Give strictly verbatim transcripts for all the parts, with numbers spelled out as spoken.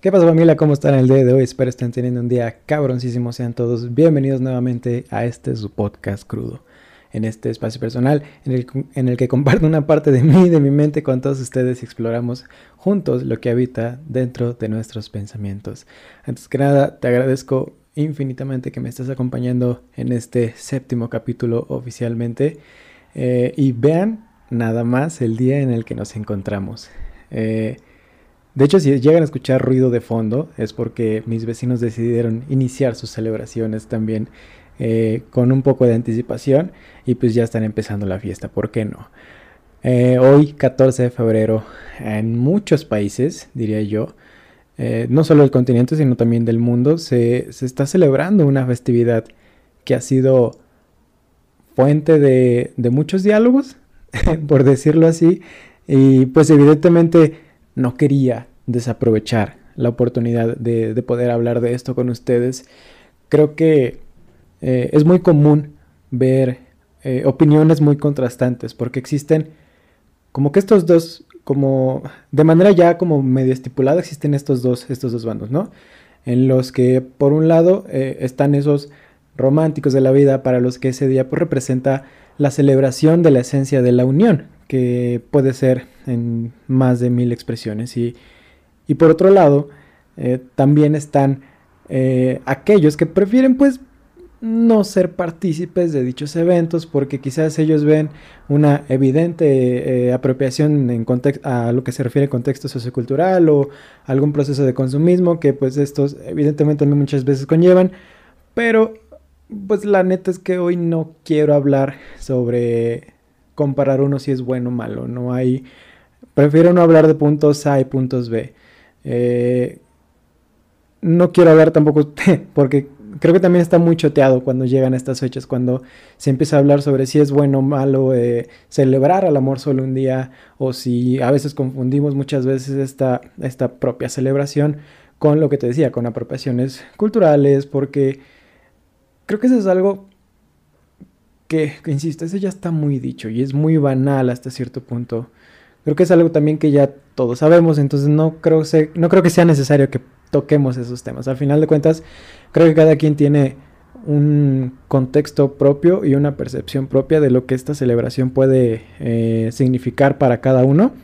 ¿Qué pasa, familia? ¿Cómo están el día de hoy? Espero estén teniendo un día cabroncísimo. Sean todos bienvenidos nuevamente a este su podcast crudo. En este espacio personal en el, en el que comparto una parte de mí, de mi mente con todos ustedes y exploramos juntos lo que habita dentro de nuestros pensamientos. Antes que nada, te agradezco infinitamente que me estés acompañando en este séptimo capítulo oficialmente. Eh, y vean nada más el día en el que nos encontramos. Eh... De hecho, si llegan a escuchar ruido de fondo, es porque mis vecinos decidieron iniciar sus celebraciones también eh, con un poco de anticipación y pues ya están empezando la fiesta, ¿por qué no? Eh, hoy, catorce de febrero, en muchos países, diría yo, eh, no solo del continente, sino también del mundo, se, se está celebrando una festividad que ha sido fuente de, de muchos diálogos, por decirlo así, y pues evidentemente no quería desaprovechar la oportunidad de, de poder hablar de esto con ustedes. Creo que eh, es muy común ver eh, opiniones muy contrastantes porque existen como que estos dos, como de manera ya como medio estipulada, existen estos dos, estos dos bandos, ¿no? En los que por un lado eh, están esos románticos de la vida para los que ese día pues representa la celebración de la esencia de la unión, que puede ser en más de mil expresiones. Y, y por otro lado, eh, también están eh, aquellos que prefieren pues no ser partícipes de dichos eventos porque quizás ellos ven una evidente eh, apropiación en a lo que se refiere a contexto sociocultural o algún proceso de consumismo que pues estos evidentemente muchas veces conllevan, pero pues la neta es que hoy no quiero hablar sobre comparar uno si es bueno o malo, no hay, prefiero no hablar de puntos A y puntos B. Eh, no quiero hablar tampoco porque creo que también está muy choteado cuando llegan estas fechas, cuando se empieza a hablar sobre si es bueno o malo eh, celebrar al amor solo un día, o si a veces confundimos muchas veces esta, esta propia celebración con lo que te decía, con apropiaciones culturales, porque creo que eso es algo que, que, insisto, eso ya está muy dicho y es muy banal hasta cierto punto. Creo que es algo también que ya todos sabemos, entonces no creo, se, no creo que sea necesario que toquemos esos temas. Al final de cuentas, creo que cada quien tiene un contexto propio y una percepción propia de lo que esta celebración puede eh, significar para cada uno.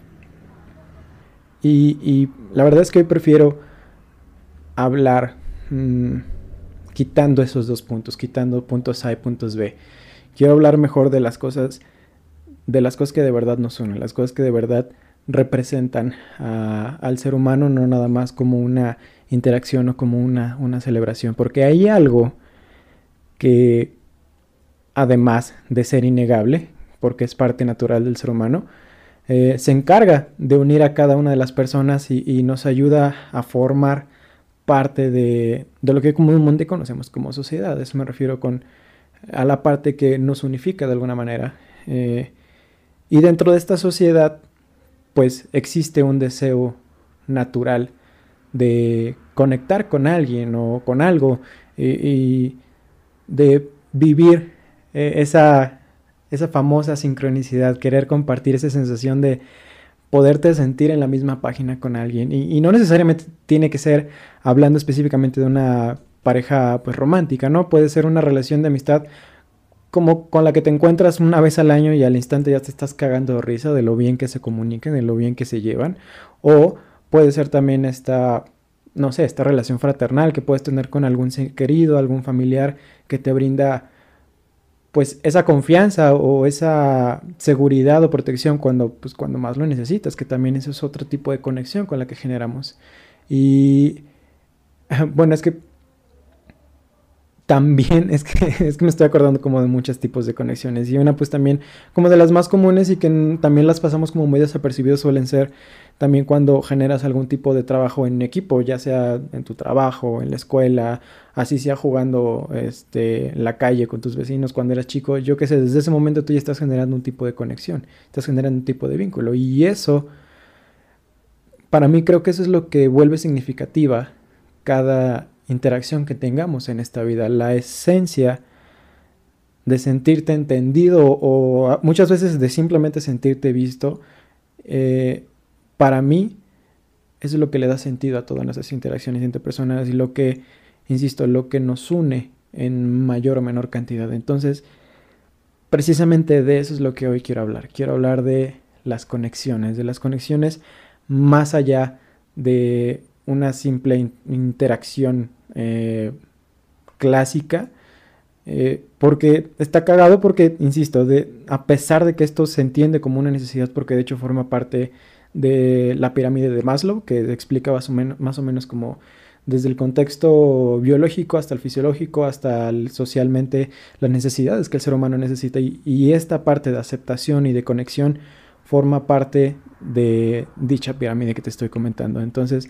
Y, y, la verdad es que hoy prefiero hablar mmm, quitando esos dos puntos, quitando puntos A y puntos B. Quiero hablar mejor de las cosas, de las cosas que de verdad nos unen, las cosas que de verdad representan a, al ser humano, no nada más como una interacción o como una, una celebración, porque hay algo que, además de ser innegable, porque es parte natural del ser humano, eh, se encarga de unir a cada una de las personas y, y nos ayuda a formar parte de, de lo que comúnmente conocemos como sociedad. Eso me refiero con a la parte que nos unifica de alguna manera. Eh, y dentro de esta sociedad, pues existe un deseo natural de conectar con alguien o con algo y, y de vivir eh, esa, esa famosa sincronicidad, querer compartir esa sensación de poderte sentir en la misma página con alguien. Y, y no necesariamente tiene que ser hablando específicamente de una pareja pues romántica, ¿no? Puede ser una relación de amistad como con la que te encuentras una vez al año y al instante ya te estás cagando de risa de lo bien que se comunican, de lo bien que se llevan. O puede ser también esta, no sé, esta relación fraternal que puedes tener con algún ser querido, algún familiar que te brinda pues esa confianza o esa seguridad o protección cuando, pues, cuando más lo necesitas, que también eso es otro tipo de conexión con la que generamos. Y bueno, es que también es que, es que me estoy acordando como de muchos tipos de conexiones y una pues también como de las más comunes y que también las pasamos como muy desapercibidos suelen ser también cuando generas algún tipo de trabajo en equipo, ya sea en tu trabajo, en la escuela, así sea jugando este, en la calle con tus vecinos cuando eras chico, yo qué sé, desde ese momento tú ya estás generando un tipo de conexión, estás generando un tipo de vínculo y eso, para mí creo que eso es lo que vuelve significativa cada interacción que tengamos en esta vida, la esencia de sentirte entendido o muchas veces de simplemente sentirte visto, eh, para mí eso es lo que le da sentido a todas nuestras interacciones interpersonales y lo que, insisto, lo que nos une en mayor o menor cantidad. Entonces, precisamente de eso es lo que hoy quiero hablar. Quiero hablar de las conexiones, de las conexiones más allá de una simple in- interacción eh, clásica, eh, porque está cagado porque, insisto, de, a pesar de que esto se entiende como una necesidad, porque de hecho forma parte de la pirámide de Maslow, que explica más o menos, más o menos como desde el contexto biológico hasta el fisiológico, hasta el socialmente, las necesidades que el ser humano necesita, y, y esta parte de aceptación y de conexión forma parte de dicha pirámide que te estoy comentando. Entonces,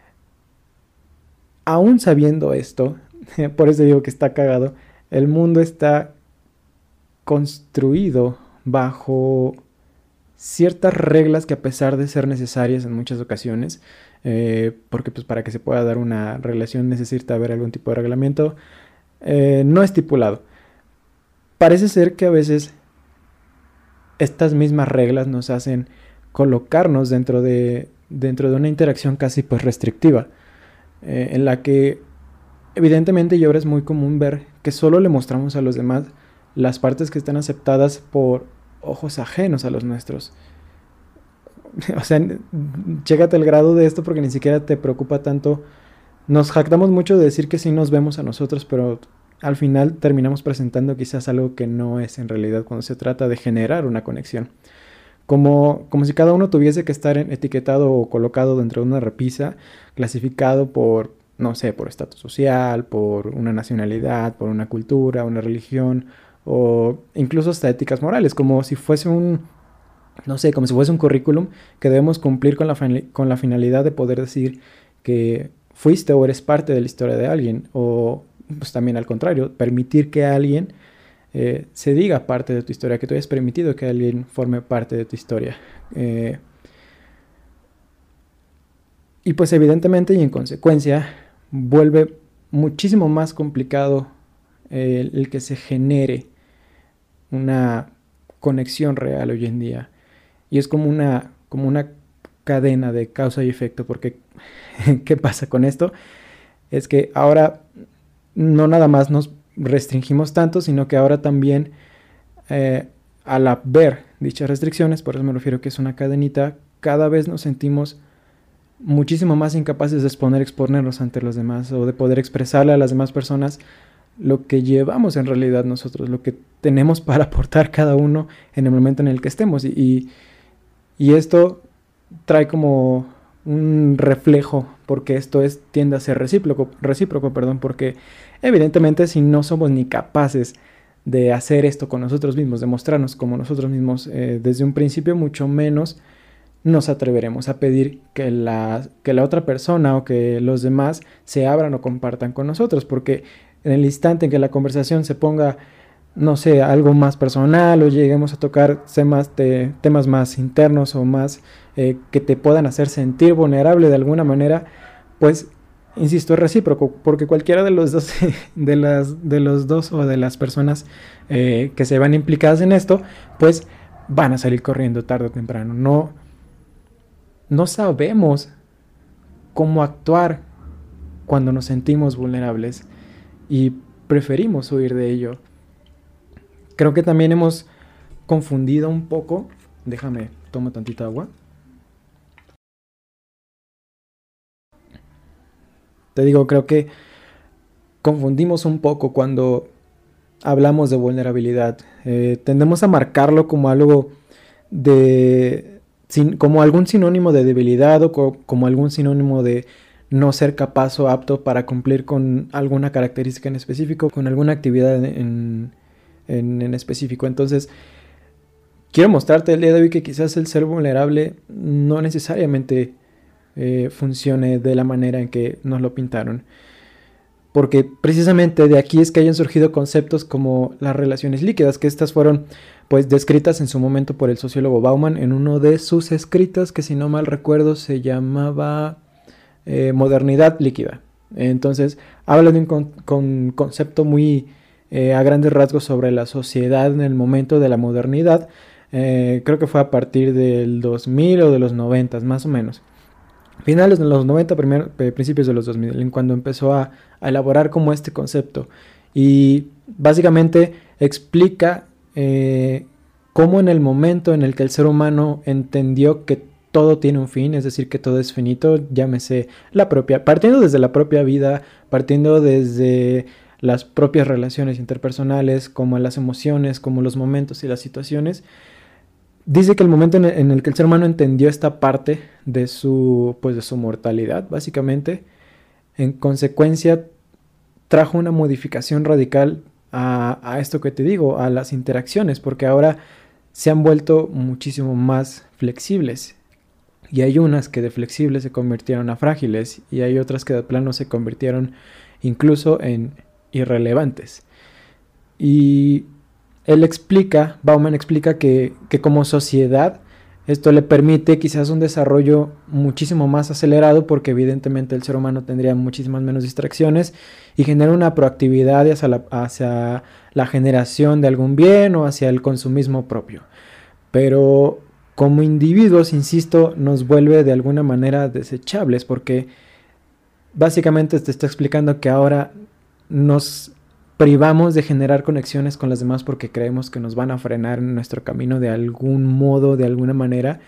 aún sabiendo esto, por eso digo que está cagado, el mundo está construido bajo ciertas reglas que, a pesar de ser necesarias en muchas ocasiones, eh, porque pues para que se pueda dar una relación necesita haber algún tipo de reglamento, eh, no estipulado. Parece ser que a veces estas mismas reglas nos hacen colocarnos dentro de, dentro de una interacción casi pues restrictiva, eh, en la que evidentemente y ahora es muy común ver que solo le mostramos a los demás las partes que están aceptadas por ojos ajenos a los nuestros. O sea, chécate el grado de esto porque ni siquiera te preocupa tanto. Nos jactamos mucho de decir que sí nos vemos a nosotros, pero al final terminamos presentando quizás algo que no es en realidad cuando se trata de generar una conexión. Como, como si cada uno tuviese que estar etiquetado o colocado dentro de una repisa, clasificado por, no sé, por estatus social, por una nacionalidad, por una cultura, una religión, o incluso hasta éticas morales, como si fuese un, no sé, como si fuese un currículum que debemos cumplir con la, con la finalidad de poder decir que fuiste o eres parte de la historia de alguien, o pues también al contrario, permitir que alguien eh, se diga parte de tu historia, que tú hayas permitido que alguien forme parte de tu historia. Eh, y pues evidentemente y en consecuencia vuelve muchísimo más complicado eh, el que se genere una conexión real hoy en día. Y es como una, como una cadena de causa y efecto, porque ¿qué pasa con esto? Es que ahora no nada más nos restringimos tanto, sino que ahora también eh, al haber dichas restricciones, por eso me refiero que es una cadenita, cada vez nos sentimos muchísimo más incapaces de exponer, exponernos ante los demás, o de poder expresarle a las demás personas lo que llevamos en realidad nosotros, lo que tenemos para aportar cada uno en el momento en el que estemos. Y, y, y esto trae como un reflejo, porque esto es, tiende a ser recíproco, recíproco, perdón, porque evidentemente si no somos ni capaces de hacer esto con nosotros mismos, de mostrarnos como nosotros mismos eh, desde un principio, mucho menos nos atreveremos a pedir que la, que la otra persona o que los demás se abran o compartan con nosotros, porque en el instante en que la conversación se ponga, no sé, algo más personal, o lleguemos a tocar temas, de, temas más internos o más eh, que te puedan hacer sentir vulnerable de alguna manera, pues, insisto, es recíproco, porque cualquiera de los dos, de las, de los dos o de las personas eh, que se van implicadas en esto, pues van a salir corriendo tarde o temprano. No, no sabemos cómo actuar cuando nos sentimos vulnerables y preferimos huir de ello. Creo que también hemos confundido un poco. Déjame, tomo tantita agua. Te digo, creo que confundimos un poco cuando hablamos de vulnerabilidad. Eh, tendemos a marcarlo como algo de, sin, como algún sinónimo de debilidad, o co como algún sinónimo de no ser capaz o apto para cumplir con alguna característica en específico, con alguna actividad en, en, en específico. Entonces, quiero mostrarte el día de hoy que quizás el ser vulnerable no necesariamente eh, funcione de la manera en que nos lo pintaron. Porque precisamente de aquí es que hayan surgido conceptos como las relaciones líquidas, que estas fueron pues descritas en su momento por el sociólogo Bauman en uno de sus escritos que, si no mal recuerdo, se llamaba eh, Modernidad líquida. Entonces habla de un con, con concepto muy eh, a grandes rasgos sobre la sociedad en el momento de la modernidad. Eh, creo que fue a partir del dos mil o de los noventa más o menos. finales de los noventa, primer, eh, principios de los dos mil, en cuando empezó a, a elaborar como este concepto. Y básicamente explica eh, cómo en el momento en el que el ser humano entendió que todo tiene un fin, es decir, que todo es finito, llámese la propia, partiendo desde la propia vida, partiendo desde las propias relaciones interpersonales, como las emociones, como los momentos y las situaciones. Dice que el momento en el, en el que el ser humano entendió esta parte de su, pues de su mortalidad, básicamente, en consecuencia, trajo una modificación radical a, a esto que te digo, a las interacciones, porque ahora se han vuelto muchísimo más flexibles. Y hay unas que de flexibles se convirtieron a frágiles, y hay otras que de plano se convirtieron incluso en irrelevantes. Y él explica, Bauman explica que, que como sociedad esto le permite quizás un desarrollo muchísimo más acelerado, porque evidentemente el ser humano tendría muchísimas menos distracciones y genera una proactividad hacia la, hacia la generación de algún bien o hacia el consumismo propio. Pero como individuos, insisto, nos vuelve de alguna manera desechables, porque básicamente te está explicando que ahora nos privamos de generar conexiones con las demás porque creemos que nos van a frenar en nuestro camino de algún modo, de alguna manera.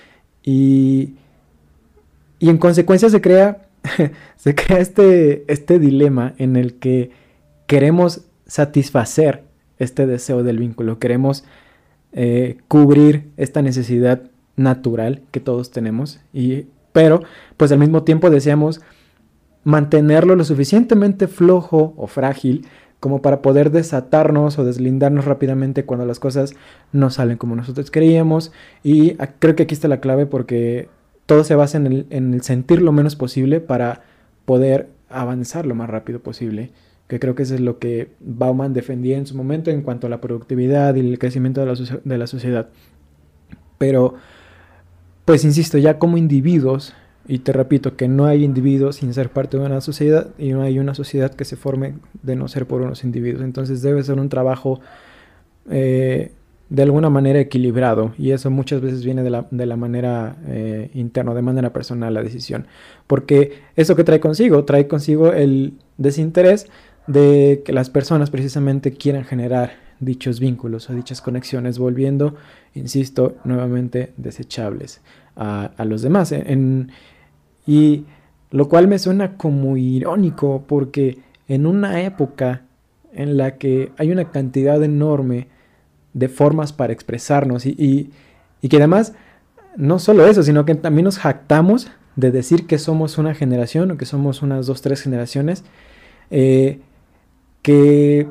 Y, y en consecuencia se crea, se crea este, este dilema en el que queremos satisfacer este deseo del vínculo, queremos eh, cubrir esta necesidad natural que todos tenemos, y, pero pues al mismo tiempo deseamos mantenerlo lo suficientemente flojo o frágil como para poder desatarnos o deslindarnos rápidamente cuando las cosas no salen como nosotros queríamos. Y creo que aquí está la clave, porque todo se basa en el, en el sentir lo menos posible para poder avanzar lo más rápido posible, que creo que eso es lo que Bauman defendía en su momento en cuanto a la productividad y el crecimiento de la, de la sociedad. Pero, pues insisto, ya como individuos, y te repito que no hay individuos sin ser parte de una sociedad, y no hay una sociedad que se forme de no ser por unos individuos. Entonces debe ser un trabajo eh, de alguna manera equilibrado, y eso muchas veces viene de la, de la manera eh, interna, de manera personal la decisión. Porque eso que trae consigo, trae consigo el desinterés de que las personas precisamente quieran generar dichos vínculos o dichas conexiones, volviendo, insisto, nuevamente desechables a, a los demás. En, y lo cual me suena como irónico, porque en una época en la que hay una cantidad enorme de formas para expresarnos, y, y, y que además no solo eso, sino que también nos jactamos de decir que somos una generación o que somos unas dos, tres generaciones eh, que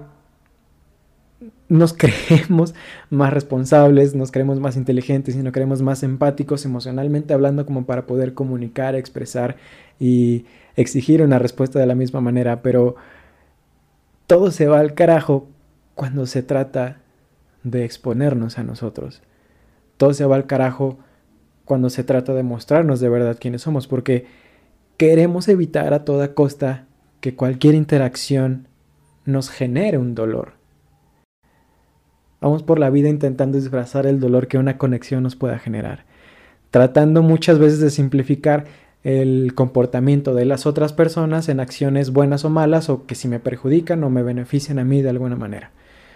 nos creemos más responsables, nos creemos más inteligentes y nos creemos más empáticos emocionalmente hablando, como para poder comunicar, expresar y exigir una respuesta de la misma manera. Pero todo se va al carajo cuando se trata de exponernos a nosotros. Todo se va al carajo cuando se trata de mostrarnos de verdad quiénes somos, porque queremos evitar a toda costa que cualquier interacción nos genere un dolor. Vamos por la vida intentando disfrazar el dolor que una conexión nos pueda generar, tratando muchas veces de simplificar el comportamiento de las otras personas en acciones buenas o malas, o que si me perjudican o me benefician a mí de alguna manera.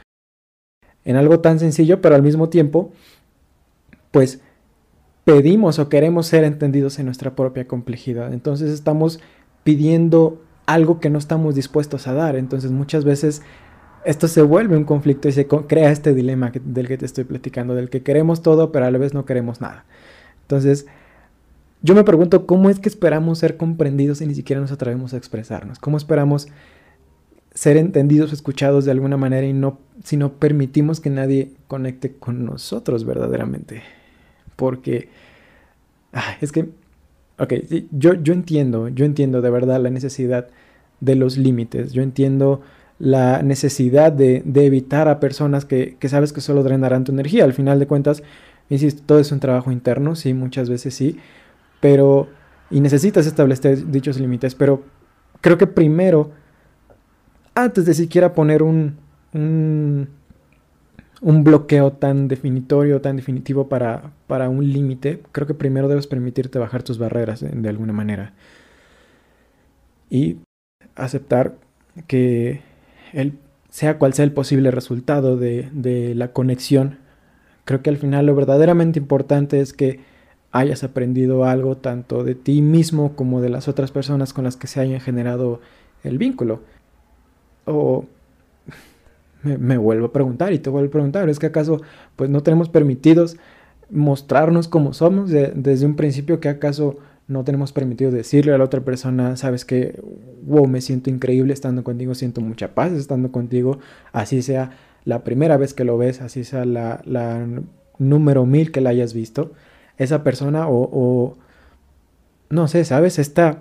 En algo tan sencillo, pero al mismo tiempo, pues pedimos o queremos ser entendidos en nuestra propia complejidad. Entonces estamos pidiendo algo que no estamos dispuestos a dar. Entonces muchas veces esto se vuelve un conflicto y se crea este dilema que, del que te estoy platicando, del que queremos todo pero a la vez no queremos nada. Entonces yo me pregunto, ¿cómo es que esperamos ser comprendidos si ni siquiera nos atrevemos a expresarnos? ¿Cómo esperamos ser entendidos o escuchados de alguna manera y no, si no permitimos que nadie conecte con nosotros verdaderamente? Porque ah, es que, ok, sí, yo, yo entiendo, yo entiendo de verdad la necesidad de los límites, yo entiendo la necesidad de, de evitar a personas que, que sabes que solo drenarán tu energía. Al final de cuentas, insisto, todo es un trabajo interno, sí, muchas veces sí, pero, y necesitas establecer dichos límites, pero creo que primero, antes de siquiera poner un, un, un bloqueo tan definitorio, tan definitivo para, para un límite, creo que primero debes permitirte bajar tus barreras de, de alguna manera. Y aceptar que el, sea cual sea el posible resultado de, de la conexión, creo que al final lo verdaderamente importante es que hayas aprendido algo tanto de ti mismo como de las otras personas con las que se hayan generado el vínculo. O me, me vuelvo a preguntar y te vuelvo a preguntar, ¿es que acaso pues no tenemos permitidos mostrarnos como somos de, desde un principio? ¿Que acaso no tenemos permitido decirle a la otra persona, sabes que, wow, me siento increíble estando contigo, siento mucha paz estando contigo, así sea la primera vez que lo ves, así sea la, la número mil que la hayas visto, esa persona o, o no sé, ¿sabes? Esta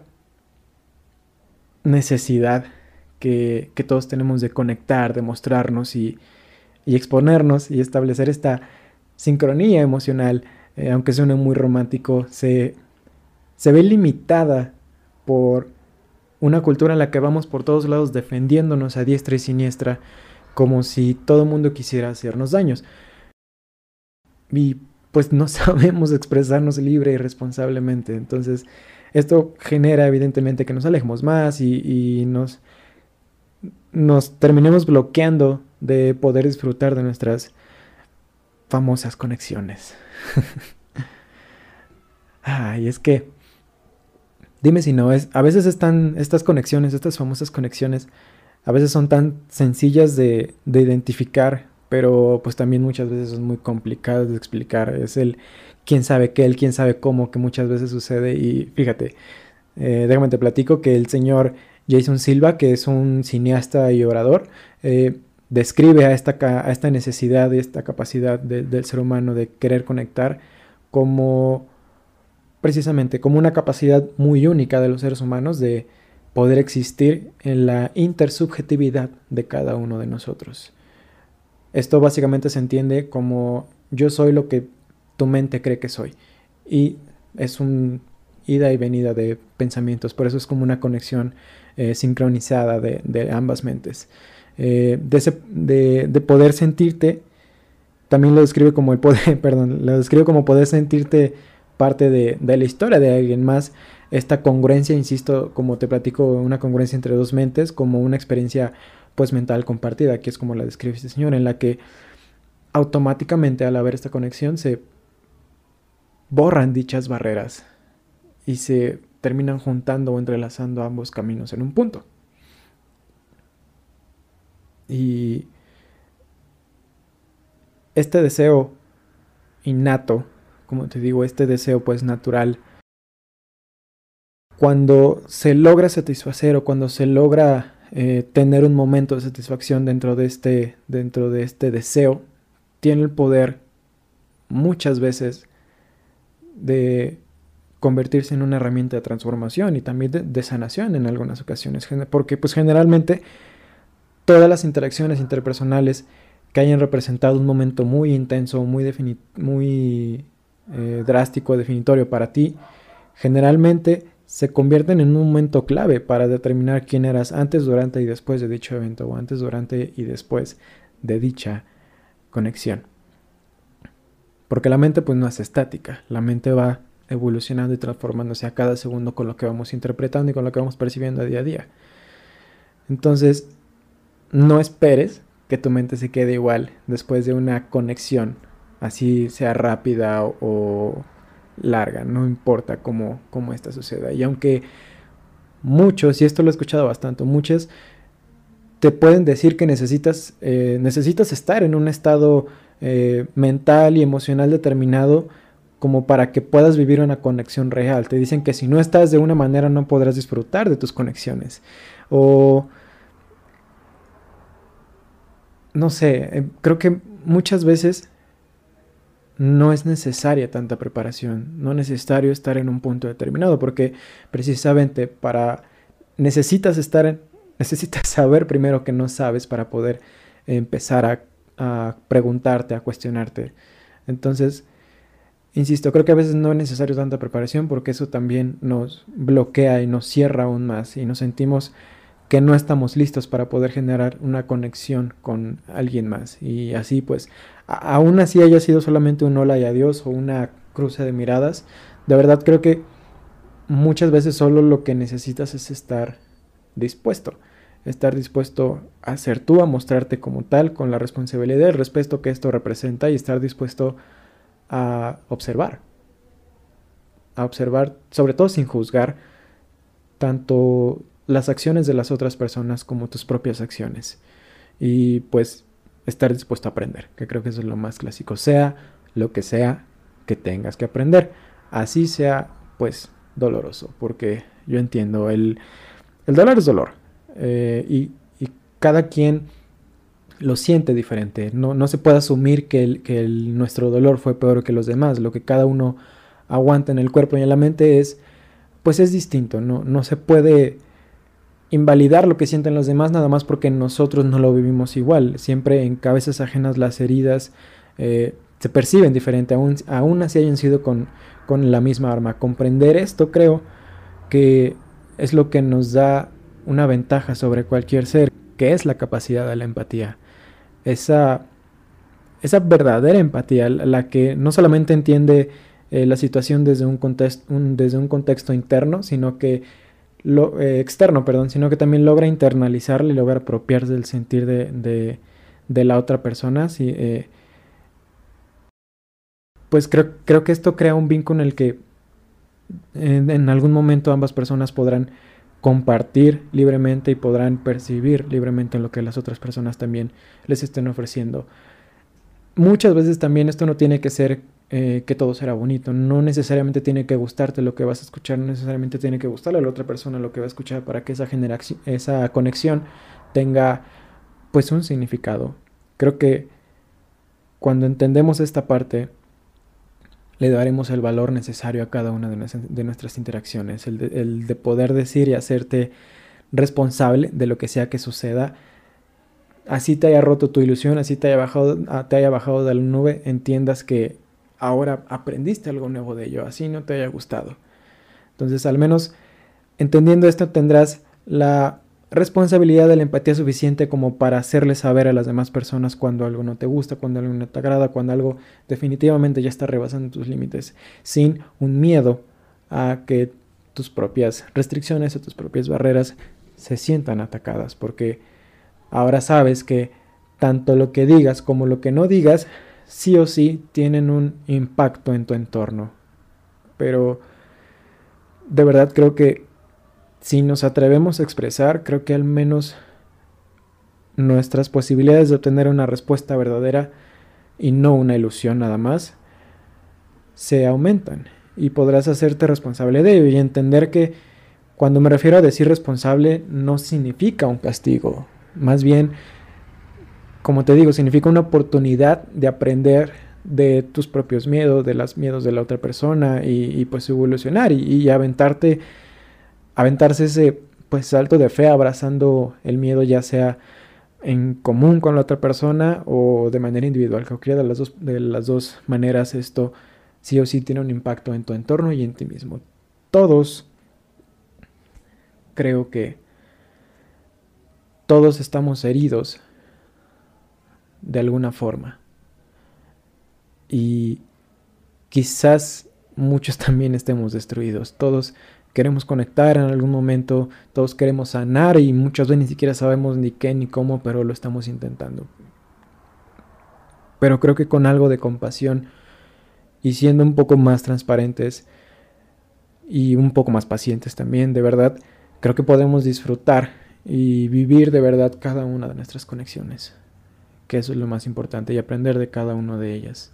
necesidad que, que todos tenemos de conectar, de mostrarnos y, y exponernos y establecer esta sincronía emocional, eh, aunque suene muy romántico, se, se ve limitada por una cultura en la que vamos por todos lados defendiéndonos a diestra y siniestra, como si todo el mundo quisiera hacernos daños. Y pues no sabemos expresarnos libre y responsablemente. Entonces, esto genera evidentemente que nos alejemos más y, y nos, nos terminemos bloqueando de poder disfrutar de nuestras famosas conexiones. Ay, es que, dime si no, es, a veces están estas conexiones, estas famosas conexiones, a veces son tan sencillas de, de identificar, pero pues también muchas veces son muy complicadas de explicar. Es el quién sabe qué, el quién sabe cómo, que muchas veces sucede. Y fíjate, eh, déjame te platico que el señor Jason Silva, que es un cineasta y orador, eh, describe a esta, a esta necesidad, esta capacidad de, del ser humano de querer conectar como precisamente como una capacidad muy única de los seres humanos de poder existir en la intersubjetividad de cada uno de nosotros. Esto básicamente se entiende como yo soy lo que tu mente cree que soy. Y es un ida y venida de pensamientos, por eso es como una conexión eh, sincronizada de, de ambas mentes. Eh, de, ese, de, de poder sentirte, también lo describe como el poder, perdón, lo describe como poder sentirte parte de, de la historia de alguien más. Esta congruencia, insisto, como te platico, una congruencia entre dos mentes, como una experiencia pues mental compartida, que es como la describe este señor, en la que automáticamente al haber esta conexión se borran dichas barreras y se terminan juntando o entrelazando ambos caminos en un punto. Y este deseo innato, como te digo, este deseo pues natural, cuando se logra satisfacer o cuando se logra eh, tener un momento de satisfacción dentro de este, dentro de este deseo, tiene el poder muchas veces de convertirse en una herramienta de transformación y también de, de sanación en algunas ocasiones, porque pues generalmente todas las interacciones interpersonales que hayan representado un momento muy intenso, muy, defini- muy eh, drástico, definitorio para ti, generalmente se convierten en un momento clave para determinar quién eras antes, durante y después de dicho evento, o antes, durante y después de dicha conexión. Porque la mente pues no es estática, la mente va evolucionando y transformándose a cada segundo con lo que vamos interpretando y con lo que vamos percibiendo a día a día. Entonces, no esperes que tu mente se quede igual después de una conexión, así sea rápida o, o larga, no importa cómo, cómo esta suceda. Y aunque muchos, y esto lo he escuchado bastante, muchos te pueden decir que necesitas, eh, necesitas estar en un estado eh, mental y emocional determinado como para que puedas vivir una conexión real. Te dicen que si no estás de una manera no podrás disfrutar de tus conexiones. O no sé, eh, creo que muchas veces no es necesaria tanta preparación, no es necesario estar en un punto determinado, porque precisamente para necesitas estar en, necesitas saber primero que no sabes para poder empezar a, a preguntarte, a cuestionarte. Entonces, insisto, creo que a veces no es necesario tanta preparación porque eso también nos bloquea y nos cierra aún más y nos sentimos que no estamos listos para poder generar una conexión con alguien más. Y así pues, a- aún así haya sido solamente un hola y adiós o una cruce de miradas, de verdad creo que muchas veces solo lo que necesitas es estar dispuesto. Estar dispuesto a ser tú, a mostrarte como tal, con la responsabilidad y el respeto que esto representa, y estar dispuesto a observar. A observar, sobre todo sin juzgar, tanto las acciones de las otras personas como tus propias acciones. Y pues estar dispuesto a aprender, que creo que eso es lo más clásico, sea lo que sea que tengas que aprender, así sea pues doloroso, porque yo entiendo, el, el dolor es dolor, eh, y, y cada quien lo siente diferente, no, no se puede asumir que, el, que el, nuestro dolor fue peor que los demás, lo que cada uno aguanta en el cuerpo y en la mente es pues es distinto, no, no se puede invalidar lo que sienten los demás nada más porque nosotros no lo vivimos igual. Siempre en cabezas ajenas las heridas eh, se perciben diferente, aún, aún así hayan sido con, con la misma arma. Comprender esto creo que es lo que nos da una ventaja sobre cualquier ser, que es la capacidad de la empatía. Esa, esa verdadera empatía, la que no solamente entiende eh, la situación desde un, contexto, un, desde un contexto interno, sino que lo, eh, externo, perdón, sino que también logra internalizarle y logra apropiarse del sentir de, de, de la otra persona. Sí, eh, pues creo, creo que esto crea un vínculo en el que en, en algún momento ambas personas podrán compartir libremente y podrán percibir libremente lo que las otras personas también les estén ofreciendo. Muchas veces también esto no tiene que ser eh, que todo será bonito, no necesariamente tiene que gustarte lo que vas a escuchar, no necesariamente tiene que gustarle a la otra persona lo que va a escuchar para que esa generación, esa conexión tenga pues un significado. Creo que cuando entendemos esta parte le daremos el valor necesario a cada una de, nuestras, de nuestras interacciones, el de, el de poder decir y hacerte responsable de lo que sea que suceda. Así te haya roto tu ilusión, así te haya bajado, te haya bajado de la nube, entiendas que ahora aprendiste algo nuevo de ello, así no te haya gustado. Entonces, al menos entendiendo esto, tendrás la responsabilidad de la empatía suficiente como para hacerle saber a las demás personas cuando algo no te gusta, cuando algo no te agrada, cuando algo definitivamente ya está rebasando tus límites, sin un miedo a que tus propias restricciones o tus propias barreras se sientan atacadas, porque ahora sabes que tanto lo que digas como lo que no digas sí o sí tienen un impacto en tu entorno. Pero de verdad creo que si nos atrevemos a expresar, creo que al menos nuestras posibilidades de obtener una respuesta verdadera y no una ilusión nada más se aumentan, y podrás hacerte responsable de ello y entender que cuando me refiero a decir responsable no significa un castigo, más bien, como te digo, significa una oportunidad de aprender de tus propios miedos, de los miedos de la otra persona, y, y pues evolucionar y, y aventarte, aventarse ese pues salto de fe abrazando el miedo, ya sea en común con la otra persona o de manera individual. Cualquiera de las dos, de las dos maneras, esto sí o sí tiene un impacto en tu entorno y en ti mismo. Todos, creo que todos estamos heridos de alguna forma, y quizás muchos también estemos destruidos. Todos queremos conectar en algún momento, todos queremos sanar, y muchas veces ni siquiera sabemos ni qué ni cómo, pero lo estamos intentando. Pero creo que con algo de compasión y siendo un poco más transparentes y un poco más pacientes también, de verdad, creo que podemos disfrutar y vivir de verdad cada una de nuestras conexiones, que eso es lo más importante, y aprender de cada una de ellas.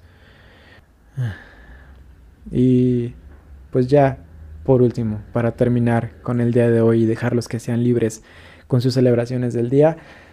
Y pues ya, por último, para terminar con el día de hoy y dejarlos que sean libres con sus celebraciones del día,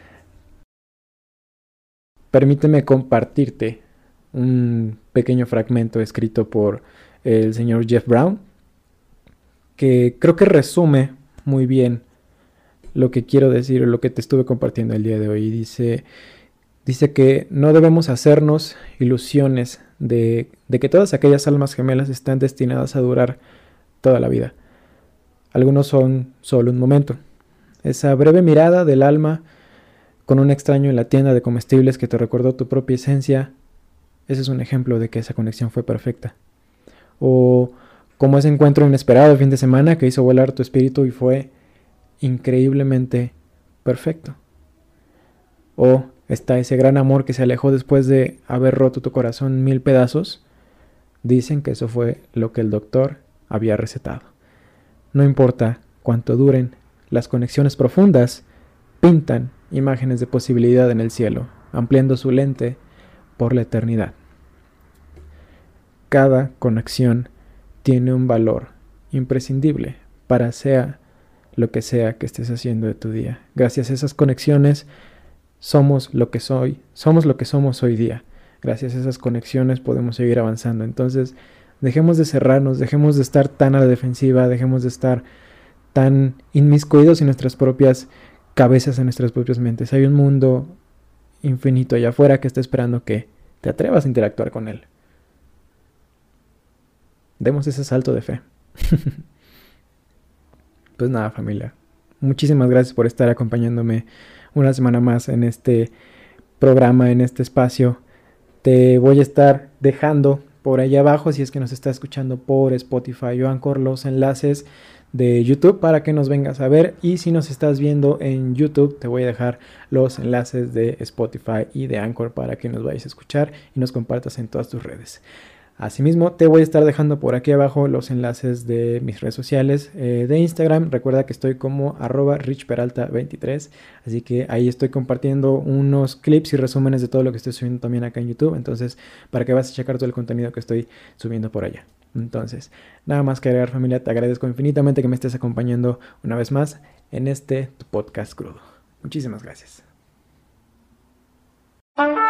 permíteme compartirte un pequeño fragmento escrito por el señor Jeff Brown, que creo que resume muy bien lo que quiero decir o lo que te estuve compartiendo el día de hoy. Dice, dice que no debemos hacernos ilusiones de, de que todas aquellas almas gemelas están destinadas a durar toda la vida. Algunos son solo un momento. esa breve mirada del alma con un extraño en la tienda de comestibles que te recordó tu propia esencia, ese es un ejemplo de que esa conexión fue perfecta. O como ese encuentro inesperado el fin de semana que hizo volar tu espíritu y fue increíblemente perfecto. O está ese gran amor que se alejó después de haber roto tu corazón mil pedazos. Dicen que eso fue lo que el doctor había recetado. No importa cuánto duren, las conexiones profundas pintan imágenes de posibilidad en el cielo, ampliando su lente por la eternidad. Cada conexión tiene un valor imprescindible para sea lo que sea que estés haciendo de tu día. Gracias a esas conexiones somos lo que soy, somos lo que somos hoy día. Gracias a esas conexiones podemos seguir avanzando. Entonces, dejemos de cerrarnos, dejemos de estar tan a la defensiva, dejemos de estar tan inmiscuidos en nuestras propias cabezas, en nuestras propias mentes. Hay un mundo infinito allá afuera que está esperando que te atrevas a interactuar con él. Demos ese salto de fe. Pues nada, familia. Muchísimas gracias por estar acompañándome una semana más en este programa, en este espacio. Te voy a estar dejando por ahí abajo, si es que nos está escuchando por Spotify o Anchor, los enlaces de YouTube para que nos vengas a ver. Y si nos estás viendo en YouTube, te voy a dejar los enlaces de Spotify y de Anchor para que nos vayas a escuchar y nos compartas en todas tus redes. Asimismo, te voy a estar dejando por aquí abajo los enlaces de mis redes sociales eh, de Instagram. Recuerda que estoy como arroba richperalta veintitrés, así que ahí estoy compartiendo unos clips y resúmenes de todo lo que estoy subiendo también acá en YouTube. Entonces, para que vas a checar todo el contenido que estoy subiendo por allá. Entonces, nada más que agregar, familia. Te agradezco infinitamente que me estés acompañando una vez más en este tu podcast crudo. Muchísimas gracias.